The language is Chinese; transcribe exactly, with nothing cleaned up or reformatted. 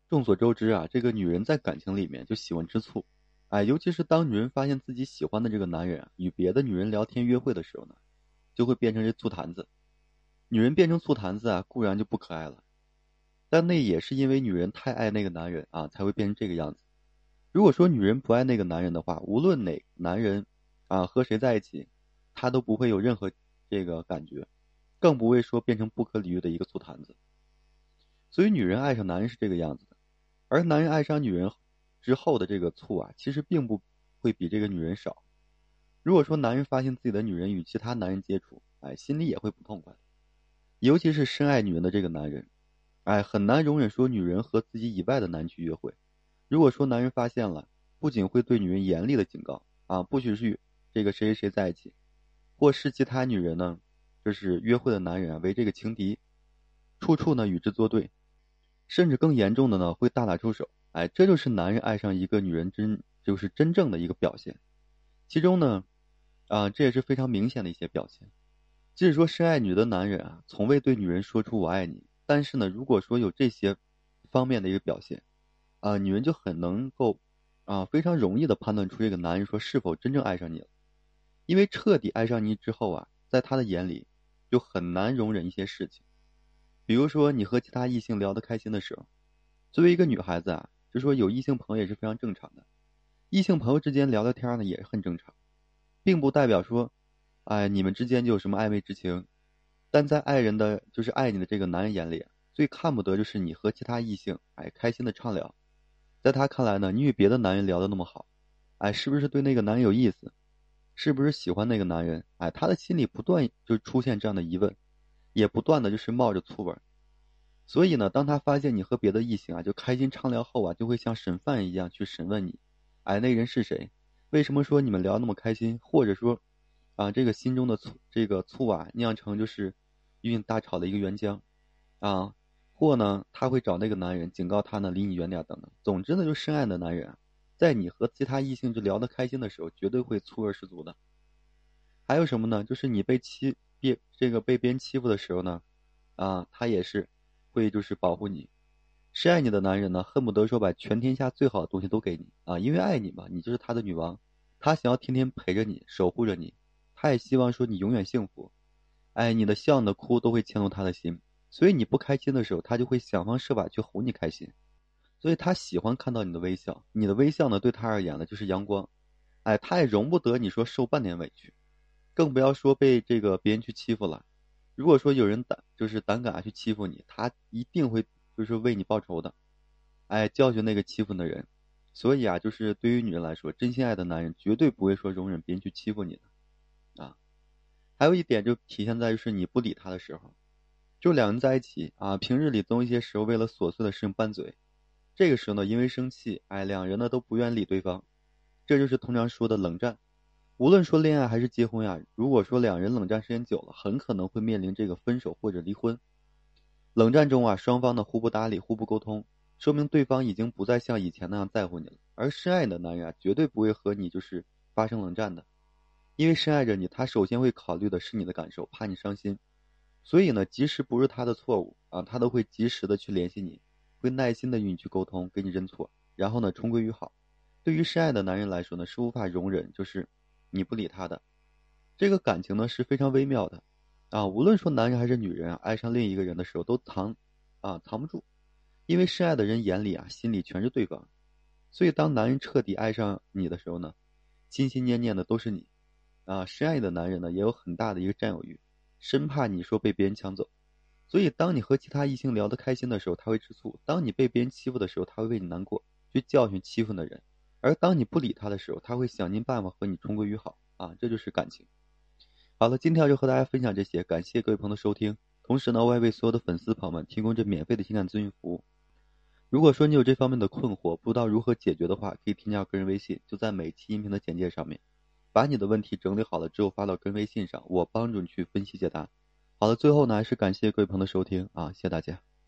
众所周知啊，这个女人在感情里面就喜欢吃醋，哎，尤其是当女人发现自己喜欢的这个男人啊，与别的女人聊天约会的时候呢，就会变成这醋坛子。女人变成醋坛子啊，固然就不可爱了，但那也是因为女人太爱那个男人啊，才会变成这个样子。如果说女人不爱那个男人的话，无论哪个男人啊和谁在一起，她都不会有任何这个感觉，更不会说变成不可理喻的一个醋坛子。所以女人爱上男人是这个样子的。而男人爱上女人之后的这个醋啊，其实并不会比这个女人少。如果说男人发现自己的女人与其他男人接触，哎，心里也会不痛快。尤其是深爱女人的这个男人，哎，很难容忍说女人和自己以外的男人去约会。如果说男人发现了，不仅会对女人严厉的警告啊，不许是与这个谁谁谁在一起，或视其他女人呢，就是约会的男人啊为这个情敌，处处呢与之作对，甚至更严重的呢会大打出手。哎，这就是男人爱上一个女人真就是真正的一个表现。其中呢，啊，这也是非常明显的一些表现。即使说深爱女的男人啊，从未对女人说出"我爱你"，但是呢，如果说有这些方面的一个表现，啊，女人就很能够啊非常容易的判断出这个男人说是否真正爱上你了。因为彻底爱上你之后啊，在他的眼里就很难容忍一些事情，比如说你和其他异性聊得开心的时候，作为一个女孩子啊，就说有异性朋友也是非常正常的，异性朋友之间聊聊天呢也是很正常，并不代表说，哎，你们之间就有什么暧昧之情。但在爱人的就是爱你的这个男人眼里，最看不得就是你和其他异性哎开心的畅聊。在他看来呢，你与别的男人聊得那么好，哎，是不是对那个男人有意思？是不是喜欢那个男人？哎，他的心里不断就出现这样的疑问，也不断的就是冒着醋味。所以呢，当他发现你和别的异性啊就开心畅聊后啊，就会像审犯一样去审问你，哎，那人是谁？为什么说你们聊那么开心？或者说，啊，这个心中的醋，这个醋啊，酿成就是一运大吵的一个原浆，啊，或呢，他会找那个男人警告他呢离你远点等等。总之呢，就深爱的男人啊，在你和其他异性就聊得开心的时候，绝对会醋味十足的。还有什么呢？就是你被欺别这个被别人欺负的时候呢，啊，他也是会就是保护你。深爱你的男人呢，恨不得说把全天下最好的东西都给你啊，因为爱你嘛，你就是他的女王，他想要天天陪着你，守护着你，他也希望说你永远幸福。哎，你的笑你的哭都会牵动他的心，所以你不开心的时候，他就会想方设法去哄你开心。所以他喜欢看到你的微笑，你的微笑呢，对他而言呢就是阳光。哎，他也容不得你说受半点委屈。更不要说被这个别人去欺负了。如果说有人胆就是胆敢去欺负你，他一定会就是为你报仇的，哎，教训那个欺负的人。所以啊，就是对于女人来说，真心爱的男人绝对不会说容忍别人去欺负你的啊。还有一点就体现在就是你不理他的时候，就两人在一起啊，平日里总有一些时候为了琐碎的事情拌嘴，这个时候呢，因为生气，哎，两人呢都不愿理对方，这就是通常说的冷战。无论说恋爱还是结婚呀，如果说两人冷战时间久了，很可能会面临这个分手或者离婚。冷战中啊，双方呢互不搭理、互不沟通，说明对方已经不再像以前那样在乎你了。而深爱你的男人啊，绝对不会和你就是发生冷战的，因为深爱着你，他首先会考虑的是你的感受，怕你伤心。所以呢，即使不是他的错误啊，他都会及时的去联系你，会耐心的与你去沟通，给你认错，然后呢重归于好。对于深爱的男人来说呢，是无法容忍就是你不理他的。这个感情呢是非常微妙的，啊，无论说男人还是女人啊，爱上另一个人的时候都藏，啊藏不住，因为深爱的人眼里啊，心里全是对方。所以当男人彻底爱上你的时候呢，心心念念的都是你，啊，深爱你的男人呢也有很大的一个占有欲，生怕你说被别人抢走。所以当你和其他异性聊得开心的时候，他会吃醋；当你被别人欺负的时候，他会为你难过，去教训欺负的人。而当你不理他的时候，他会想尽办法和你重归于好啊，这就是感情。好了，今天就和大家分享这些，感谢各位朋友的收听。同时呢，我也为所有的粉丝朋友们提供这免费的情感咨询服务。如果说你有这方面的困惑，不知道如何解决的话，可以添加我个人微信，就在每期音频的简介上面，把你的问题整理好了之后发到个人微信上，我帮助你去分析解答。好了，最后呢，还是感谢各位朋友的收听啊，谢谢大家。